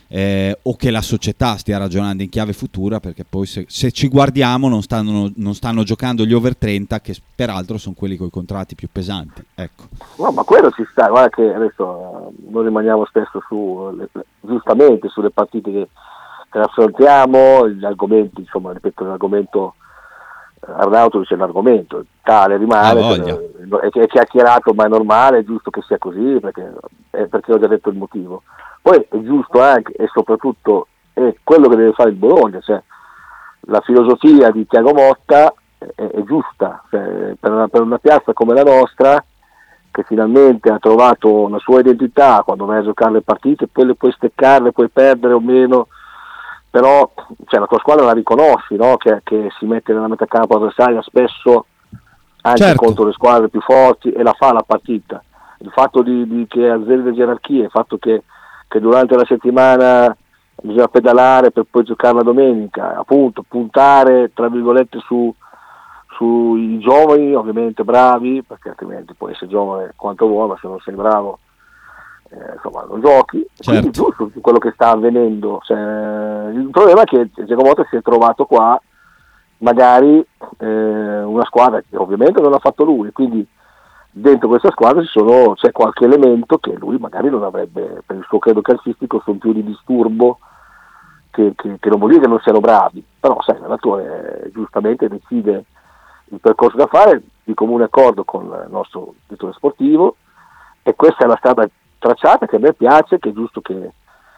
o che la società stia ragionando in chiave futura, perché poi se ci guardiamo non stanno giocando gli over 30, che peraltro sono quelli con i contratti più pesanti, ecco. No, ma quello ci sta, guarda che adesso noi rimaniamo spesso giustamente sulle partite che affrontiamo, gli argomenti, insomma, ripeto, l'argomento Arnautovic è l'argomento, tale rimane, è chiacchierato, ma è normale, è giusto che sia così, perché ho già detto il motivo. Poi è giusto anche e soprattutto è quello che deve fare il Bologna, cioè la filosofia di Thiago Motta è giusta, cioè, per una piazza come la nostra, che finalmente ha trovato una sua identità quando vai a giocare le partite, poi le puoi steccarle, puoi perdere o meno, però cioè, la tua squadra la riconosci, no? Che si mette nella metà campo avversaria spesso anche contro le squadre più forti e la fa la partita. Il fatto che azzeri le gerarchie, il fatto che durante la settimana bisogna pedalare per poi giocare la domenica, appunto puntare tra virgolette sui giovani, ovviamente bravi, perché altrimenti puoi essere giovane quanto vuoi, ma se non sei bravo insomma non giochi. Quindi giusto quello che sta avvenendo, cioè, il problema è che Thiago Motta si è trovato qua magari una squadra che ovviamente non ha fatto lui, quindi dentro questa squadra c'è qualche elemento che lui magari non avrebbe, per il suo credo calcistico sono più di disturbo che non vuol dire che non siano bravi, però sai, l'allenatore giustamente decide il percorso da fare di comune accordo con il nostro direttore sportivo, e questa è la strada tracciata che a me piace, che è giusto che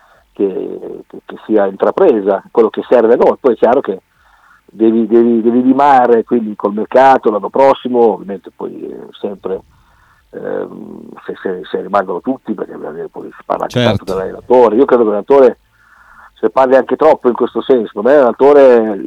sia intrapresa, quello che serve a noi. Poi è chiaro che devi rimare quindi col mercato l'anno prossimo, ovviamente poi sempre se rimangono tutti, perché poi si parla anche tanto dell'allenatore. Io credo che l'allenatore, se parli anche troppo in questo senso, per me l'allenatore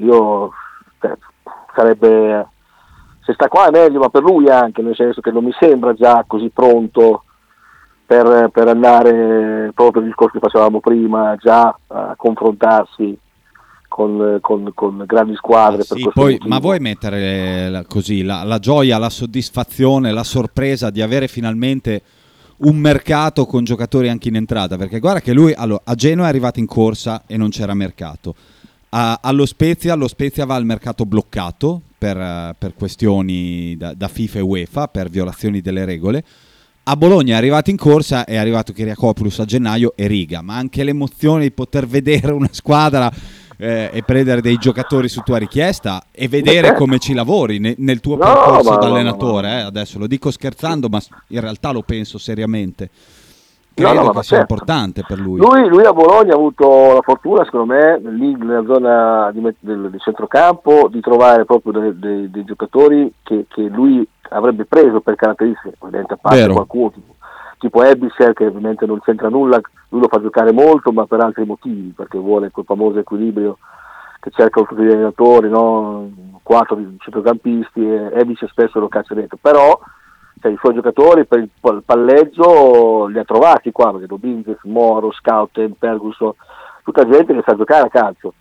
sarebbe, se sta qua è meglio, ma per lui anche, nel senso che non mi sembra già così pronto per andare proprio per il discorso che facevamo prima, già a confrontarsi con grandi squadre. Per poi, ma vuoi mettere così la gioia, la soddisfazione, la sorpresa di avere finalmente un mercato con giocatori anche in entrata? Perché guarda che lui a Genoa è arrivato in corsa e non c'era mercato. Allo Spezia va al mercato bloccato per questioni da FIFA e UEFA, per violazioni delle regole. A Bologna è arrivato in corsa, è arrivato Kyriakopoulos a gennaio e Riga, ma anche l'emozione di poter vedere una squadra e prendere dei giocatori su tua richiesta e vedere come ci lavori nel tuo percorso da allenatore. Adesso lo dico scherzando, ma in realtà lo penso seriamente. Credo che sia importante per lui. Lui a Bologna ha avuto la fortuna, secondo me, lì nella zona di centrocampo, di trovare proprio dei giocatori che lui avrebbe preso per caratteristiche, ovviamente a parte qualcuno tipo Ebischer, che ovviamente non c'entra nulla, lui lo fa giocare molto, ma per altri motivi, perché vuole quel famoso equilibrio che cercano tutti gli allenatori, no? 4 centrocampisti, e Ebischer spesso lo caccia dentro, però i suoi giocatori per il palleggio li ha trovati qua, perché Dominguez, Moro, Scouten, Ferguson, tutta gente che sa giocare a calcio,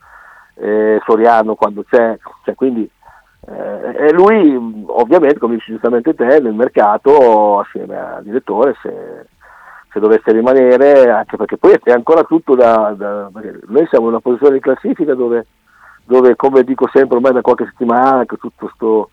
Soriano quando c'è, quindi e lui ovviamente, come dici giustamente te, nel mercato assieme al direttore, se dovesse rimanere, anche perché poi è ancora tutto perché noi siamo in una posizione di classifica dove come dico sempre ormai da qualche settimana, che tutto sto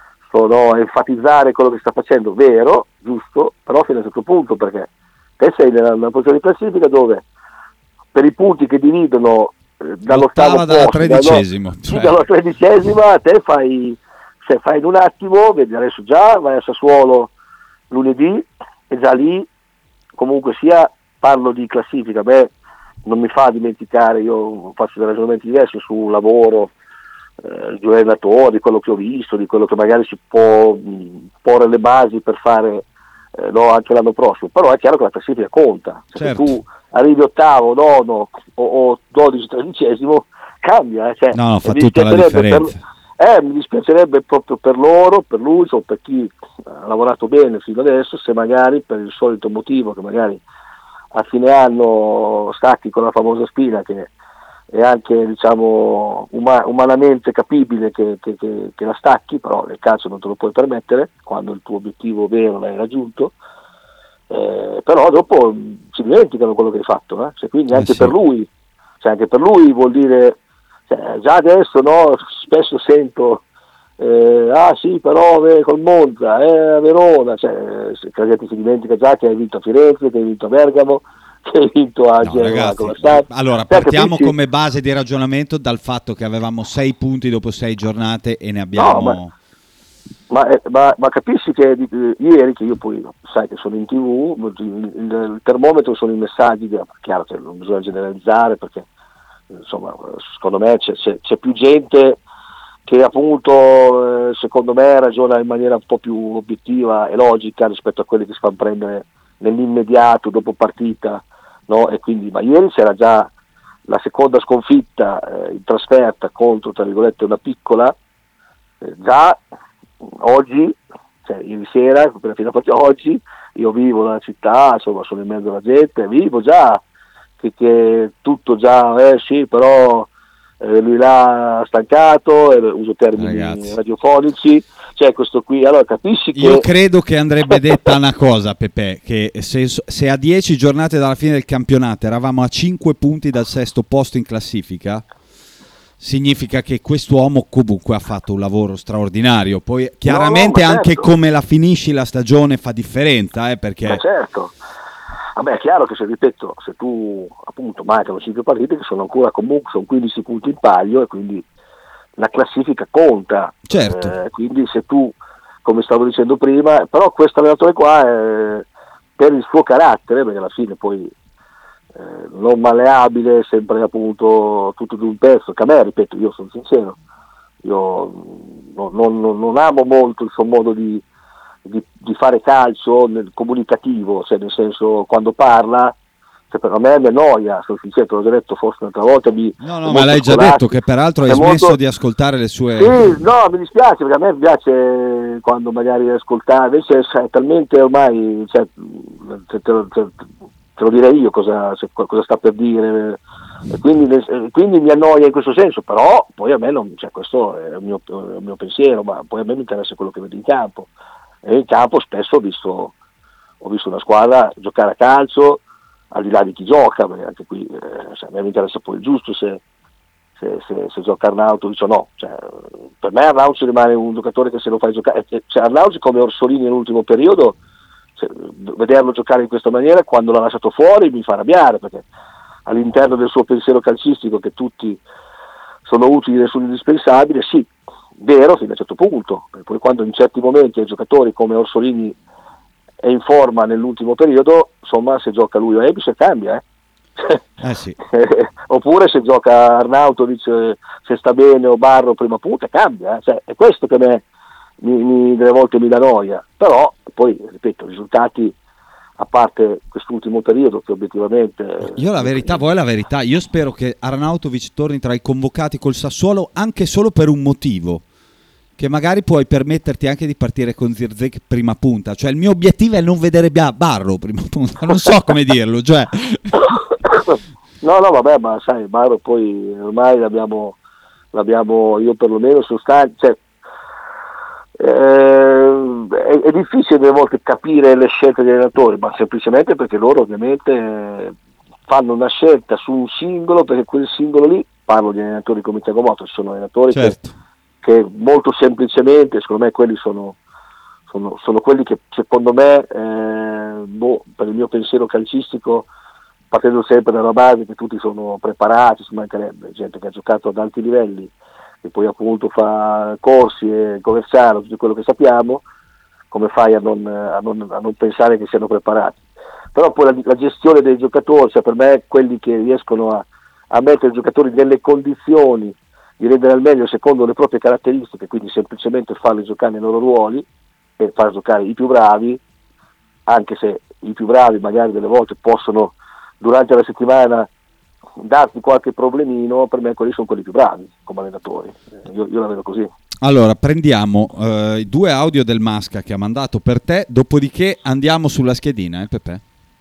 enfatizzare quello che sta facendo, vero, giusto, però fino a un certo punto, perché te sei nella posizione di classifica dove per i punti che dividono dall'ottavo dalla posto, tredicesimo, dalla tredicesima, te fai in un attimo, vedi adesso già vai a Sassuolo lunedì e già lì comunque sia, parlo di classifica, non mi fa dimenticare, io faccio dei ragionamenti diversi sul lavoro di un allenatore, di quello che ho visto, di quello che magari si può porre le basi per fare anche l'anno prossimo, però è chiaro che la classifica conta, se tu arrivi ottavo, nono o 12, tredicesimo, cambia, fa tutta la differenza. Mi dispiacerebbe proprio per loro, per lui, per chi ha lavorato bene fino adesso, se magari per il solito motivo che magari a fine anno stacchi con la famosa spina, che è anche diciamo umanamente capibile che la stacchi, però nel calcio non te lo puoi permettere quando il tuo obiettivo vero l'hai raggiunto, però dopo si dimenticano quello che hai fatto, quindi anche per lui cioè, anche per lui vuol dire, cioè, già adesso no, spesso sento sì però col Monza, a Verona, cioè, la gente si dimentica già che hai vinto a Firenze, che hai vinto a Bergamo, che hai vinto a Genova, ragazzi, allora partiamo come base di ragionamento dal fatto che avevamo 6 punti dopo 6 giornate e ne abbiamo... Ma capisci che ieri, che io poi sai che sono in TV, il termometro sono i messaggi, chiaro che non bisogna generalizzare perché insomma secondo me c'è più gente che appunto secondo me ragiona in maniera un po' più obiettiva e logica rispetto a quelli che si fanno prendere nell'immediato dopo partita, no? E quindi, ma ieri c'era già la seconda sconfitta in trasferta contro, tra virgolette, una piccola, già oggi, cioè ieri sera, fino a oggi, io vivo nella città, insomma sono in mezzo alla gente, vivo già che tutto già, sì, però lui l'ha stancato, uso termini radiofonici, cioè questo qui, allora capisci che... Io credo che andrebbe detta una cosa, Pepe, che se a 10 giornate dalla fine del campionato eravamo a 5 punti dal sesto posto in classifica, significa che quest'uomo comunque ha fatto un lavoro straordinario. Poi chiaramente anche come la finisci la stagione fa differenza, perché... Ma certo. Vabbè, è chiaro che se tu appunto mancano 5 partite che sono ancora comunque, sono 15 punti in palio e quindi la classifica conta. Certo. Quindi se tu, come stavo dicendo prima, però questo allenatore qua per il suo carattere, perché alla fine poi non malleabile, sempre appunto tutto di un pezzo, che a me, ripeto, io sono sincero, io non amo molto il suo modo di fare calcio nel comunicativo, cioè nel senso quando parla, cioè per me mi annoia, sono sincero, te l'ho già detto forse un'altra volta. Ma l'hai già detto che peraltro hai smesso di ascoltare le sue... Sì, no, mi dispiace perché a me piace quando magari ascoltare, invece è talmente ormai, cioè, te lo direi io cosa sta per dire, e quindi mi annoia in questo senso, però poi a me non, cioè, questo è il mio pensiero, ma poi a me mi interessa quello che vedo in campo. E in campo spesso ho visto una squadra giocare a calcio al di là di chi gioca, perché anche qui a me mi interessa poi il giusto se gioca Arnautovic o no, cioè, per me Arnautovic rimane un giocatore che se lo fai giocare, cioè, Arnautovic come Orsolini nell'ultimo periodo, cioè, vederlo giocare in questa maniera quando l'ha lasciato fuori mi fa arrabbiare, perché all'interno del suo pensiero calcistico che tutti sono utili e sono indispensabili, sì, vero fino a un certo punto, perché poi quando in certi momenti ai giocatori come Orsolini è in forma nell'ultimo periodo, insomma se gioca lui o Ebis cambia, sì. Oppure se gioca Arnautovic, se sta bene, o Barro prima punta, cambia, cioè, è questo che a me delle volte mi dà noia, però poi ripeto, risultati a parte quest'ultimo periodo che obiettivamente... Io la verità, io spero che Arnautovic torni tra i convocati col Sassuolo anche solo per un motivo, che magari puoi permetterti anche di partire con Zirkzee prima punta, cioè il mio obiettivo è non vedere Barro prima punta, non so come dirlo, cioè... No, vabbè, ma sai, Barro poi ormai l'abbiamo io perlomeno sono stato, cioè, è difficile delle volte capire le scelte degli allenatori, ma semplicemente perché loro ovviamente fanno una scelta su un singolo, perché quel singolo lì, parlo di allenatori come Thiago Motta, sono allenatori certo. che molto semplicemente, secondo me quelli sono quelli che secondo me per il mio pensiero calcistico, partendo sempre dalla base che tutti sono preparati, ci mancherebbe gente che ha giocato ad alti livelli e poi appunto fa corsi e Coversano, tutto quello che sappiamo, come fai a non pensare che siano preparati? Però poi la gestione dei giocatori, cioè per me quelli che riescono a mettere i giocatori nelle condizioni di rendere al meglio secondo le proprie caratteristiche, quindi semplicemente farli giocare nei loro ruoli e far giocare i più bravi, anche se i più bravi magari delle volte possono durante la settimana darti qualche problemino, per me quelli sono quelli più bravi come allenatori, io la vedo così. Allora prendiamo i 2 audio del Masca che ha mandato per te, dopodiché andiamo sulla schedina, Pepe?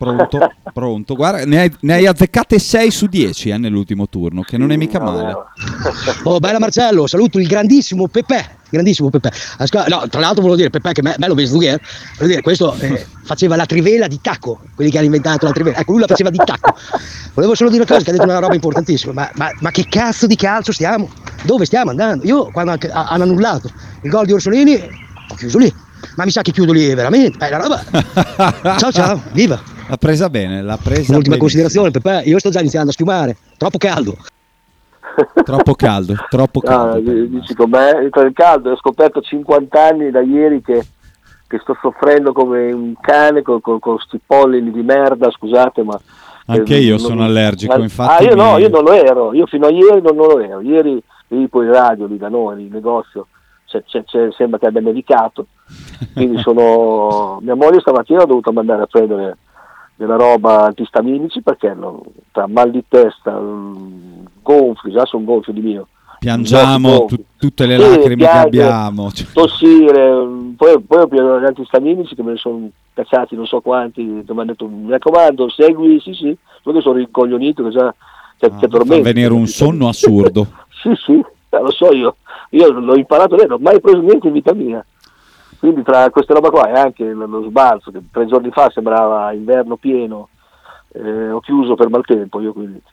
Pronto. Guarda, ne hai azzeccate 6 su 10 nell'ultimo turno, che non è mica male. Oh, bella Marcello, saluto il grandissimo Pepe. No, tra l'altro volevo dire Pepe che bello Besdugher, volevo dire questo faceva la trivela di tacco, quelli che hanno inventato la trivela, ecco lui la faceva di tacco. Volevo solo dire una cosa, che ha detto una roba importantissima, ma che cazzo di calcio stiamo? Dove stiamo andando? Io quando hanno annullato il gol di Orsolini ho chiuso lì, ma mi sa che chiudo lì veramente, bella roba. Ciao, viva. L'ha presa bene, Un'ultima considerazione, Pepe, io sto già iniziando a schiumare, troppo caldo. Troppo caldo. Dici con me, tra il caldo, ho scoperto 50 anni da ieri che sto soffrendo come un cane con sti pollini di merda, scusate, ma anche io sono allergico, infatti. Io non lo ero, io fino a ieri non lo ero. Ieri poi in radio lì da noi, il negozio, sembra che abbia nevicato, quindi mia moglie stamattina ha dovuto mandare a prendere della roba antistaminici perché tra mal di testa, gonfi, già sono gonfio di mio. Piangiamo tutte le lacrime che abbiamo. Tossire, poi ho preso gli antistaminici che me ne sono cacciati non so quanti, mi hanno detto mi raccomando segui, sì, poi sono rincoglionito che già ti addormenti. Fa venire un sonno assurdo. sì, lo so io l'ho imparato, non ho mai preso niente in vita mia. Quindi tra queste roba qua e anche lo sbalzo, che 3 giorni fa sembrava inverno pieno, ho chiuso per maltempo io, quindi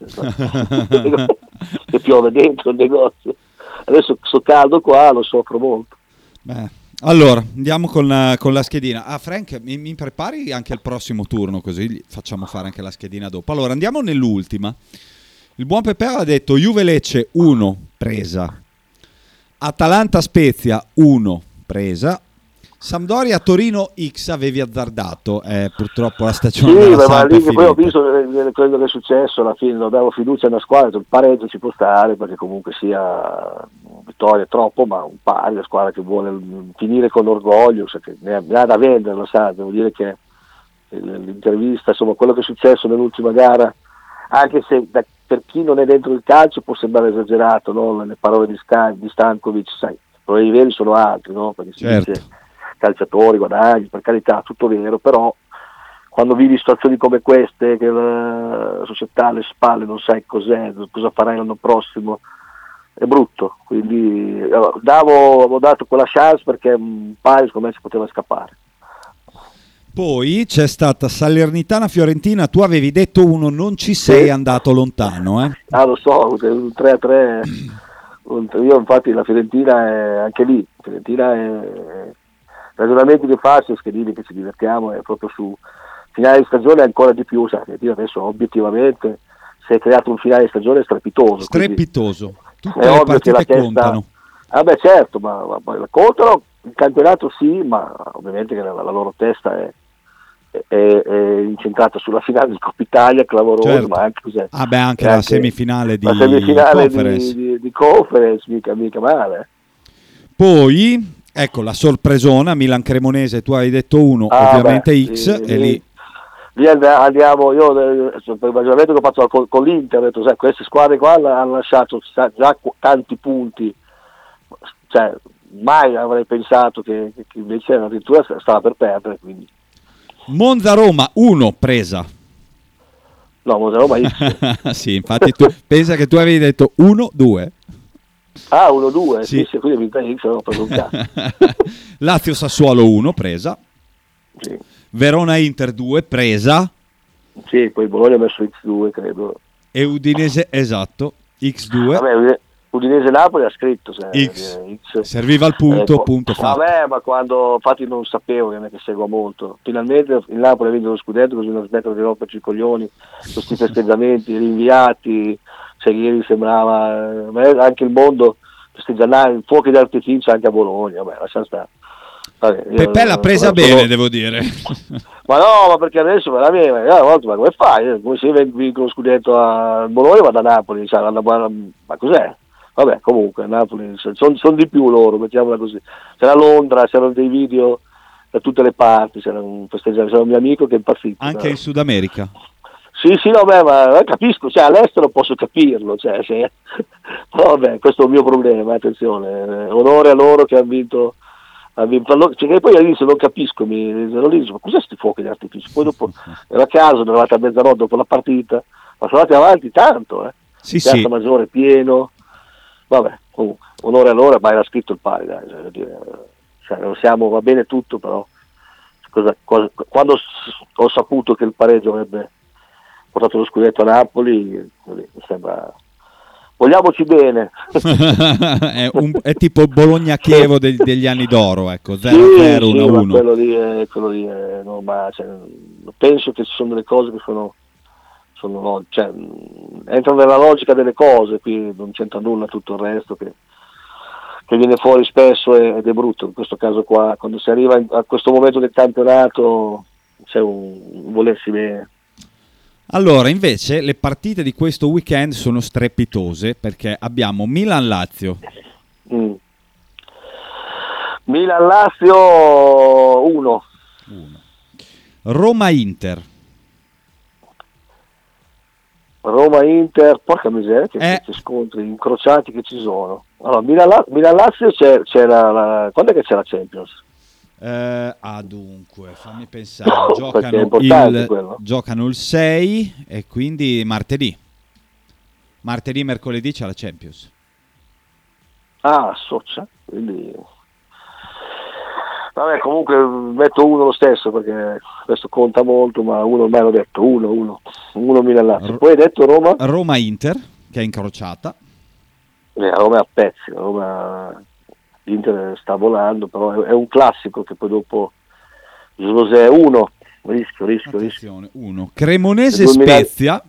che piove dentro il negozio. Adesso sto caldo qua, lo soffro molto. Allora, andiamo con la schedina. Frank, mi prepari anche il prossimo turno, così gli facciamo fare anche la schedina dopo. Allora, andiamo nell'ultima. Il buon Pepe ha detto Juve Lecce 1, presa. Atalanta Spezia 1, presa. Sampdoria Torino X avevi azzardato, purtroppo la stagione della Samp è finita. Poi ho visto quello che è successo alla fine, non avevo fiducia nella squadra, il pareggio ci può stare perché comunque sia vittoria troppo, ma un pari, la squadra che vuole finire con orgoglio, che ne ha da vendere, lo sa, devo dire che l'intervista, insomma quello che è successo nell'ultima gara, anche se per chi non è dentro il calcio può sembrare esagerato, no? Le parole di Stankovic, sai, i problemi veri sono altri, no? Perché si dice calciatori, guadagni, per carità, tutto vero, però quando vivi situazioni come queste, che la società alle spalle non sai cosa farai l'anno prossimo, è brutto, quindi avevo dato quella chance perché un paio secondo me si poteva scappare. Poi c'è stata Salernitana-Fiorentina, tu avevi detto 1, non ci sei andato lontano. Lo so, un 3-3, io infatti la Fiorentina è anche lì, ragionamenti che faccio, schedini che ci divertiamo, è proprio su finale di stagione ancora di più, sai, adesso obiettivamente si è creato un finale di stagione strepitoso. Tutte le partite contano. Certo, ma contano, il campionato sì, ma ovviamente che la loro testa è incentrata sulla finale di Coppa Italia, clamorosa, certo. Ma anche anche la semifinale di Conference. Di Conference, mica male. Poi ecco la sorpresona, Milan Cremonese, tu hai detto 1, ovviamente X, e lì andiamo, io per il ragionamento che ho fatto con l'Inter, ho detto, sai, queste squadre qua hanno lasciato già tanti punti, cioè mai avrei pensato che invece addirittura stava per perdere, quindi. Monza-Roma 1, presa. No, Monza-Roma X. Sì, infatti tu pensa che tu avevi detto 1-2. 1-2, sì, quindi mi X avevo preso un cazzo. Lazio-Sassuolo 1, presa. Sì. Verona-Inter 2, presa. Sì, poi Bologna ha messo X2, credo. E Udinese, esatto, X2. Udinese-Napoli ha scritto X. Serviva il punto fatto. Ma quando, infatti non sapevo, che seguo molto. Finalmente il Napoli ha vinto lo scudetto, così non smettono di romperci i coglioni, questi festeggiamenti rinviati, cioè ieri sembrava, anche il mondo festeggiava fuochi d'artificio anche a Bologna, lascia stare. Pepe l'ha presa bene, devo dire. Ma no, ma perché adesso veramente, ma come fai? Come se vinco lo scudetto a Bologna, vado a Napoli, ma cos'è? Vabbè, comunque a Napoli sono di più loro, mettiamola così. C'era Londra, c'erano dei video da tutte le parti, c'era un festeggiamento, c'era un mio amico che è impazzito. Anche in Sud America? Sì, ma capisco, cioè all'estero posso capirlo, vabbè, questo è il mio problema, attenzione, onore a loro che hanno vinto Cioè, poi all'inizio non capisco, ero lì, ma cos'è sti fuochi di artificio? Poi dopo ero a casa, sono arrivato a mezzanotte dopo la partita, ma sono andati avanti tanto, Piazza Maggiore pieno, vabbè, comunque, onore all'ora, ma era scritto il pari, dai, non siamo, va bene tutto, però quando ho saputo che il pareggio avrebbe portato lo scudetto a Napoli, mi sembra... Vogliamoci bene. è tipo Bologna-Chievo degli anni d'oro, ecco, 0-0, 1-1. Quello lì è normale, cioè, penso che ci sono delle cose che sono cioè, entrano nella logica delle cose, qui non c'entra nulla tutto il resto che viene fuori spesso ed è brutto. In questo caso qua, quando si arriva a questo momento del campionato, c'è un volersi bene. Allora, invece, le partite di questo weekend sono strepitose perché abbiamo Milan-Lazio. Milan-Lazio 1. Roma-Inter. Roma-Inter, porca miseria, che scontri incrociati che ci sono. Allora, Milan-Lazio c'è quando è che c'è la Champions? Dunque, fammi pensare, giocano il 6 e quindi martedì, mercoledì c'è la Champions. Socia, quindi vabbè, comunque metto 1 lo stesso perché questo conta molto, ma uno ormai l'ho detto, 1 Milan-Lazio. Poi hai detto Roma-Inter, che è incrociata. Roma è a pezzi, l'Inter sta volando, però è un classico che poi dopo José 1, rischio. 1. Cremonese-Spezia.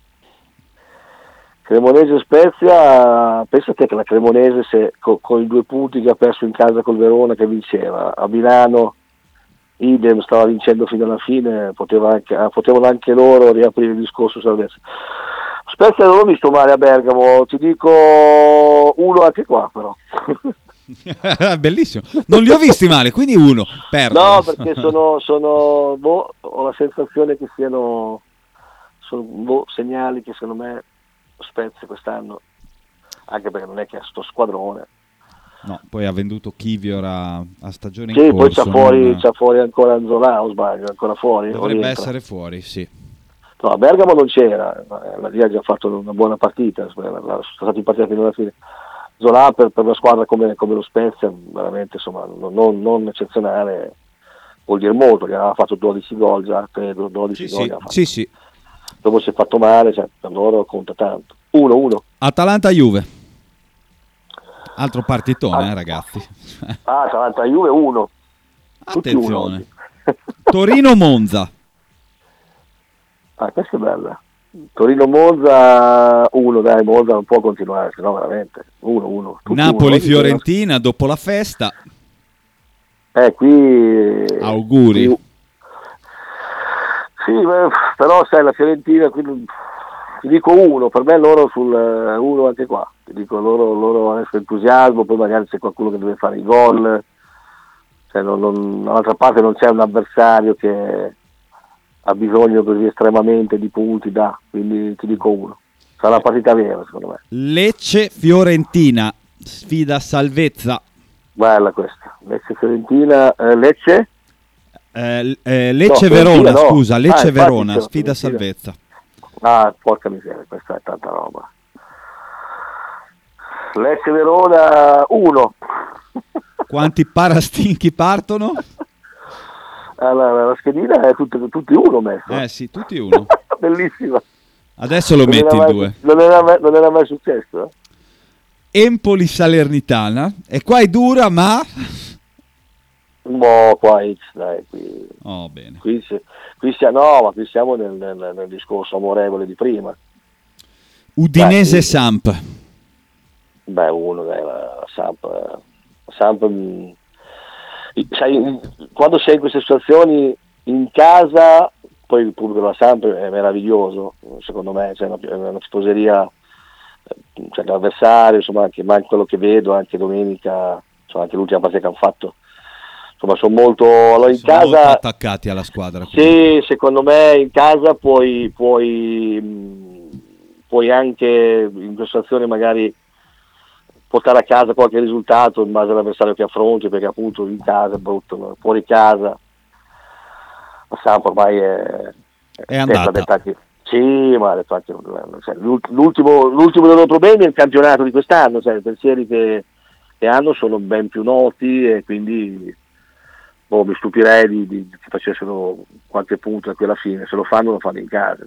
Cremonese-Spezia, pensate che la Cremonese se con i 2 punti che ha perso in casa col Verona che vinceva, a Milano idem, stava vincendo fino alla fine, potevano anche loro riaprire il discorso salvezza. Spezia non l'ho visto male a Bergamo, ti dico 1 anche qua però. Bellissimo, non li ho visti male, quindi 1 perdono. No, perché ho la sensazione che sono segnali che secondo me Spezia quest'anno, anche perché non è che ha sto squadrone. No, poi ha venduto Kivior a stagione in corso. Poi c'ha fuori ancora Anzola, o sbaglio, ancora fuori? Dovrebbe essere fuori, sì. No, a Bergamo non c'era, la Lia ha già fatto una buona partita, sono stati partiti fino alla fine. Zola per una squadra come lo Spezia veramente, insomma, non eccezionale, vuol dire molto, gli aveva fatto 12 gol già, credo, 12 gol. Sì. Dopo si è fatto male, cioè, per loro conta tanto. 1-1. Atalanta-Juve. Altro partitone, ragazzi. Atalanta-Juve 1. Attenzione. Torino-Monza. Questa è bella. Torino-Monza 1, dai, Monza non può continuare, sennò veramente 1-1. Napoli-Fiorentina dopo la festa. Qui auguri. Sì, però sai, la Fiorentina, quindi ti dico 1, per me loro sul 1 anche qua, ti dico loro adesso entusiasmo, poi magari c'è qualcuno che deve fare i gol, cioè dall'altra parte non c'è un avversario che ha bisogno così estremamente di punti, quindi ti dico 1. Sarà una partita vera secondo me. Lecce-Fiorentina, sfida salvezza. Bella questa, Lecce-Fiorentina, Lecce? Lecce-Verona, no. Scusa, Lecce-Verona, sfida salvezza. Porca miseria, questa è tanta roba. Lecce-Verona 1. Quanti parastinchi partono? La schedina è tutti 1 messo. Sì, tutti 1. Bellissima. Adesso lo metti in 2. Non era mai successo. Empoli-Salernitana. E qua è dura, ma... Qua dai, qui. Bene. Qui siamo nel discorso amorevole di prima. Udinese-Samp. 1, dai, la Samp sai, quando sei in queste situazioni in casa, poi il pubblico della Samp è meraviglioso, secondo me, è una tifoseria, l'avversario, insomma, anche quello che vedo, anche domenica, insomma, anche l'ultima partita che hanno fatto, insomma, sono molto molto attaccati alla squadra. Sì, secondo me in casa puoi anche in questa situazione magari portare a casa qualche risultato in base all'avversario che affronti, perché appunto in casa è brutto, no? Fuori casa la Samp ormai è andata. Sì, ma cioè, l'ultimo dei loro problemi è il campionato di quest'anno, cioè, i pensieri che hanno sono ben più noti, e quindi mi stupirei di che facessero qualche punto da qui alla fine. Se lo fanno in casa,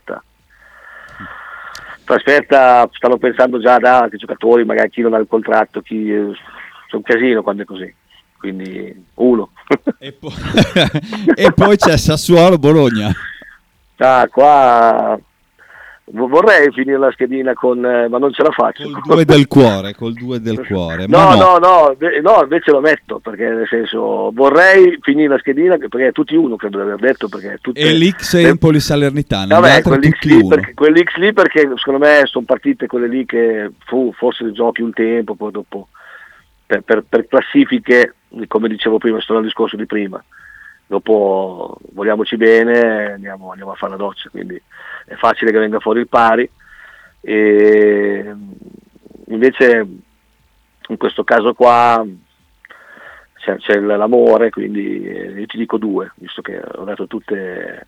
trasferta stanno pensando già anche i giocatori, magari chi non ha il contratto, c'è un casino quando è così, quindi uno. E poi c'è Sassuolo Bologna. Qua vorrei finire la schedina ma non ce la faccio. Col 2 del cuore. No, invece lo metto, perché nel senso vorrei finire la schedina, perché tutti uno credo di aver detto, perché e l'X Empoli Salernitana, quell'X lì, perché secondo me sono partite quelle lì che forse giochi un tempo, poi dopo per classifiche, come dicevo prima, sto nel discorso di prima, dopo vogliamoci bene, andiamo a fare la doccia, quindi è facile che venga fuori il pari. E invece in questo caso qua c'è l'amore, quindi io ti dico 2, visto che ho dato tutte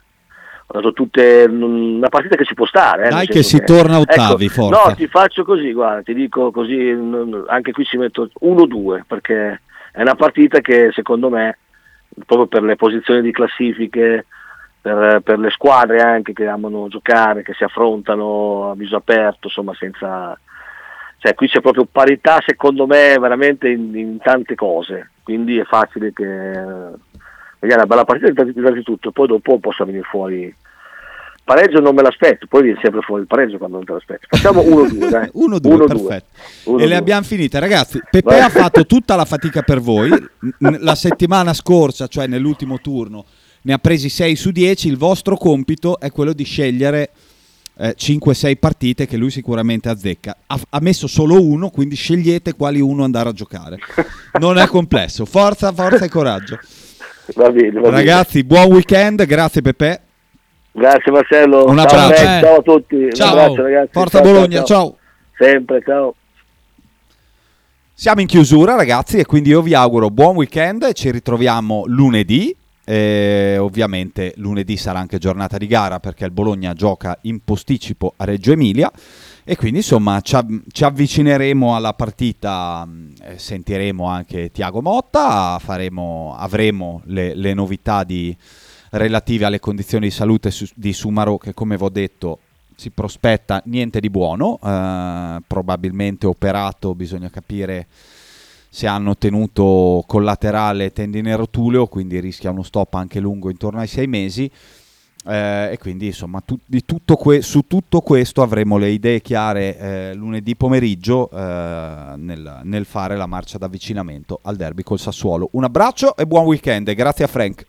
una partita che ci può stare. Dai, che si torna a ottavi, ecco, forza. No, ti faccio così, guarda, ti dico così, anche qui ci metto 1-2, perché è una partita che secondo me, proprio per le posizioni di classifiche, per le squadre anche che amano giocare, che si affrontano a viso aperto, insomma, senza, cioè qui c'è proprio parità secondo me veramente in tante cose, quindi è facile che vediamo una bella partita di tutto, poi dopo possa venire fuori pareggio, non me l'aspetto, poi viene sempre fuori il pareggio quando non te l'aspetto. Facciamo 1-2, dai. 1-2, perfetto. E le abbiamo finite, ragazzi. Pepe ha fatto tutta la fatica per voi. La settimana scorsa, cioè nell'ultimo turno, ne ha presi 6 su 10. Il vostro compito è quello di scegliere 5-6 partite che lui sicuramente azzecca. Ha messo solo uno, quindi scegliete quali uno andare a giocare. Non è complesso. Forza e coraggio. Va bene. Ragazzi, buon weekend. Grazie Pepe. Grazie Marcello. Un abbraccio. Ciao a tutti. Ciao. Un abbraccio, ragazzi. Forza Bologna, ciao. Sempre, ciao. Siamo in chiusura, ragazzi, e quindi io vi auguro buon weekend e ci ritroviamo lunedì. Ovviamente lunedì sarà anche giornata di gara, perché il Bologna gioca in posticipo a Reggio Emilia, e quindi insomma ci avvicineremo alla partita, sentiremo anche Thiago Motta, avremo le novità relative alle condizioni di salute di Sumaro, che come vi ho detto si prospetta niente di buono, probabilmente operato, bisogna capire se hanno tenuto collaterale tendine rotuleo, quindi rischia uno stop anche lungo intorno ai 6 mesi, e quindi insomma su tutto questo avremo le idee chiare lunedì pomeriggio nel fare la marcia d'avvicinamento al derby col Sassuolo. Un abbraccio e buon weekend, e grazie a Frank.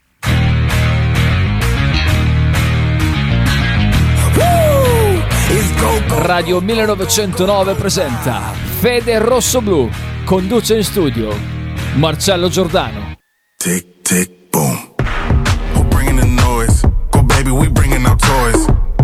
Radio 1909 presenta Fede Rossoblu. Conduce in studio Marcello Giordano. Tick, tick, boom.